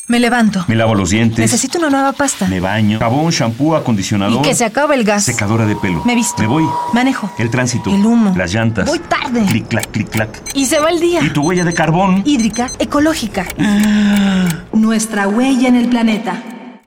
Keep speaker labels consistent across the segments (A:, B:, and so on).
A: Me levanto.
B: Me lavo los dientes.
A: Necesito una nueva pasta.
B: Me baño. Jabón, shampoo, acondicionador.
A: Y que se acabe el gas.
B: Secadora de pelo.
A: Me visto.
B: Me voy.
A: Manejo.
B: El tránsito.
A: El humo.
B: Las llantas.
A: Voy tarde.
B: Clic, clac, clic, clac.
A: Y se va el día.
B: ¿Y tu huella de carbón?
A: Hídrica, ecológica.
C: Nuestra huella en el planeta.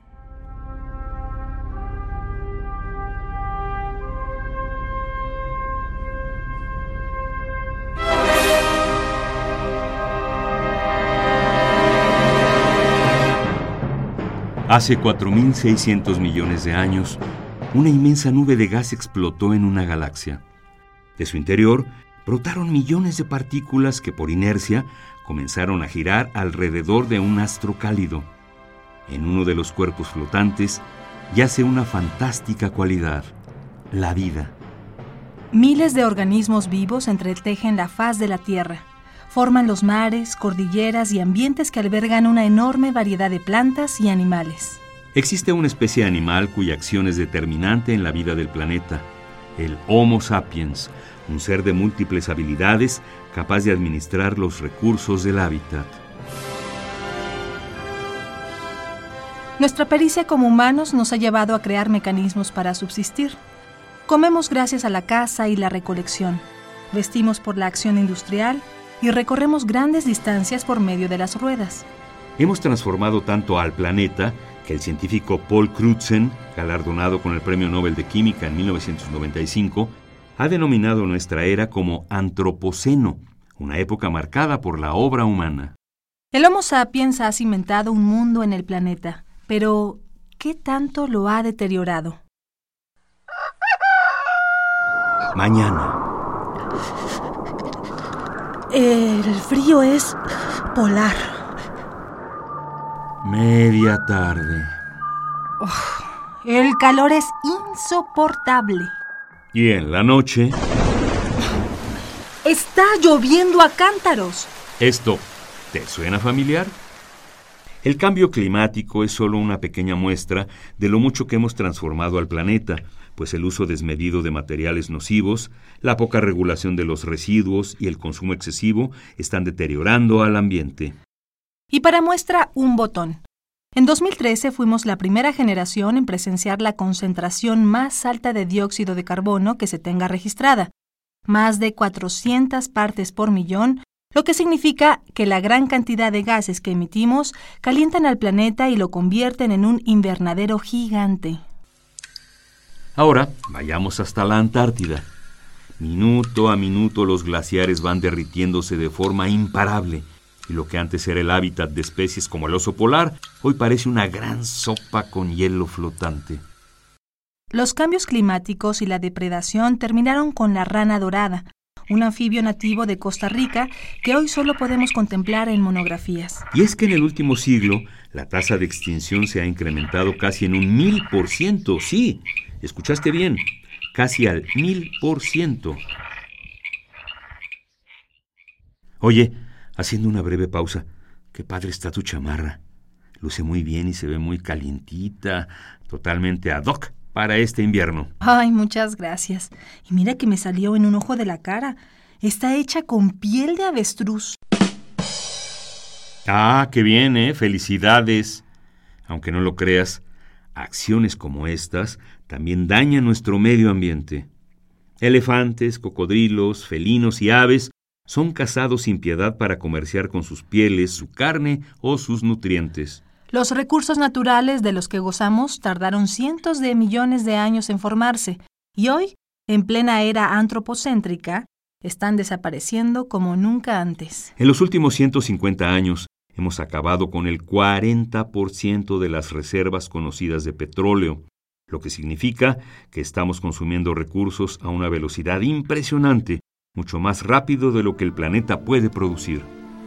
B: Hace 4.600 millones de años, una inmensa nube de gas explotó en una galaxia. De su interior, brotaron millones de partículas que por inercia comenzaron a girar alrededor de un astro cálido. En uno de los cuerpos flotantes yace una fantástica cualidad, la vida.
C: Miles de organismos vivos entretejen la faz de la Tierra. Forman los mares, cordilleras y ambientes que albergan una enorme variedad de plantas y animales.
B: Existe una especie de animal cuya acción es determinante en la vida del planeta, el Homo sapiens, un ser de múltiples habilidades capaz de administrar los recursos del hábitat.
C: Nuestra pericia como humanos nos ha llevado a crear mecanismos para subsistir. Comemos gracias a la caza y la recolección. Vestimos por la acción industrial y recorremos grandes distancias por medio de las ruedas.
B: Hemos transformado tanto al planeta que el científico Paul Crutzen, galardonado con el Premio Nobel de Química en 1995, ha denominado nuestra era como Antropoceno, una época marcada por la obra humana.
C: El Homo sapiens ha cimentado un mundo en el planeta, pero ¿qué tanto lo ha deteriorado?
B: Mañana.
A: El frío es polar.
B: Media tarde.
C: El calor es insoportable.
B: Y en la noche...
C: ¡Está lloviendo a cántaros!
B: ¿Esto te suena familiar? El cambio climático es solo una pequeña muestra de lo mucho que hemos transformado al planeta, pues el uso desmedido de materiales nocivos, la poca regulación de los residuos y el consumo excesivo están deteriorando al ambiente.
C: Y para muestra, un botón. En 2013 fuimos la primera generación en presenciar la concentración más alta de dióxido de carbono que se tenga registrada, más de 400 partes por millón, lo que significa que la gran cantidad de gases que emitimos calientan al planeta y lo convierten en un invernadero gigante.
B: Ahora, vayamos hasta la Antártida. Minuto a minuto los glaciares van derritiéndose de forma imparable, y lo que antes era el hábitat de especies como el oso polar, hoy parece una gran sopa con hielo flotante.
C: Los cambios climáticos y la depredación terminaron con la rana dorada, un anfibio nativo de Costa Rica que hoy solo podemos contemplar en monografías.
B: Y es que en el último siglo, la tasa de extinción se ha incrementado casi en un 1000%, sí, escuchaste bien, casi al 1000%. Oye, haciendo una breve pausa, qué padre está tu chamarra. Luce muy bien y se ve muy calientita, totalmente ad hoc para este invierno.
C: Ay, muchas gracias. Y mira que me salió en un ojo de la cara. Está hecha con piel de avestruz.
B: Ah, qué bien, ¿eh? Felicidades. Aunque no lo creas, acciones como estas también dañan nuestro medio ambiente. Elefantes, cocodrilos, felinos y aves son cazados sin piedad para comerciar con sus pieles, su carne o sus nutrientes.
C: Los recursos naturales de los que gozamos tardaron cientos de millones de años en formarse y hoy, en plena era antropocéntrica, están desapareciendo como nunca antes.
B: En los últimos 150 años hemos acabado con el 40% de las reservas conocidas de petróleo, lo que significa que estamos consumiendo recursos a una velocidad impresionante, mucho más rápido de lo que el planeta puede producir.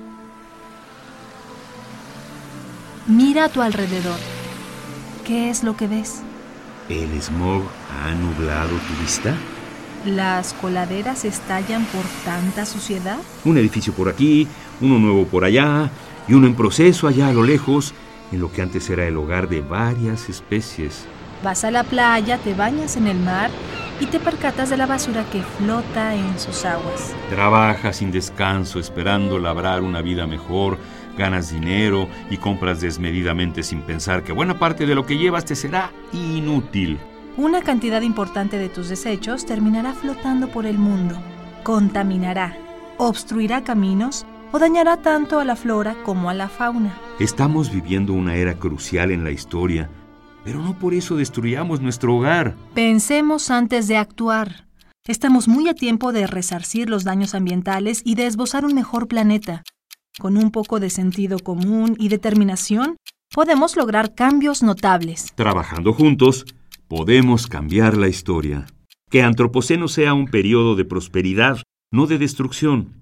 C: Mira a tu alrededor. ¿Qué es lo que ves?
B: ¿El smog ha nublado tu vista?
C: ¿Las coladeras estallan por tanta suciedad?
B: Un edificio por aquí, uno nuevo por allá y uno en proceso allá a lo lejos, en lo que antes era el hogar de varias especies.
C: Vas a la playa, te bañas en el mar y te percatas de la basura que flota en sus aguas.
B: Trabaja sin descanso esperando labrar una vida mejor, ganas dinero y compras desmedidamente sin pensar que buena parte de lo que llevas te será inútil.
C: Una cantidad importante de tus desechos terminará flotando por el mundo, contaminará, obstruirá caminos o dañará tanto a la flora como a la fauna.
B: Estamos viviendo una era crucial en la historia, pero no por eso destruyamos nuestro hogar.
C: Pensemos antes de actuar. Estamos muy a tiempo de resarcir los daños ambientales y de esbozar un mejor planeta. Con un poco de sentido común y determinación, podemos lograr cambios notables.
B: Trabajando juntos, podemos cambiar la historia. Que Antropoceno sea un periodo de prosperidad, no de destrucción.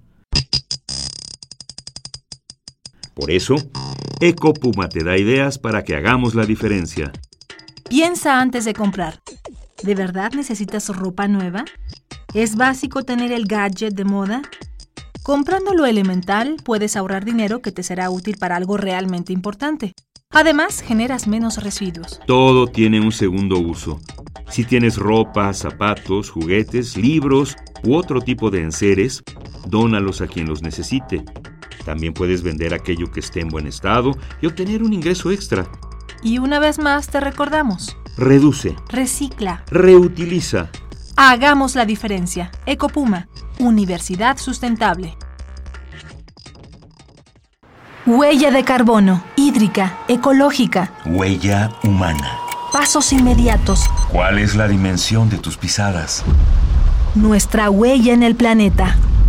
B: Por eso, Ecopuma te da ideas para que hagamos la diferencia.
C: Piensa antes de comprar. ¿De verdad necesitas ropa nueva? ¿Es básico tener el gadget de moda? Comprando lo elemental, puedes ahorrar dinero que te será útil para algo realmente importante. Además, generas menos residuos.
B: Todo tiene un segundo uso. Si tienes ropa, zapatos, juguetes, libros u otro tipo de enseres, dónalos a quien los necesite. También puedes vender aquello que esté en buen estado y obtener un ingreso extra.
C: Y una vez más te recordamos:
B: reduce,
C: recicla,
B: reutiliza.
C: Hagamos la diferencia. Ecopuma, Universidad Sustentable. Huella de carbono, hídrica, ecológica.
B: Huella humana.
C: Pasos inmediatos.
B: ¿Cuál es la dimensión de tus pisadas?
C: Nuestra huella en el planeta.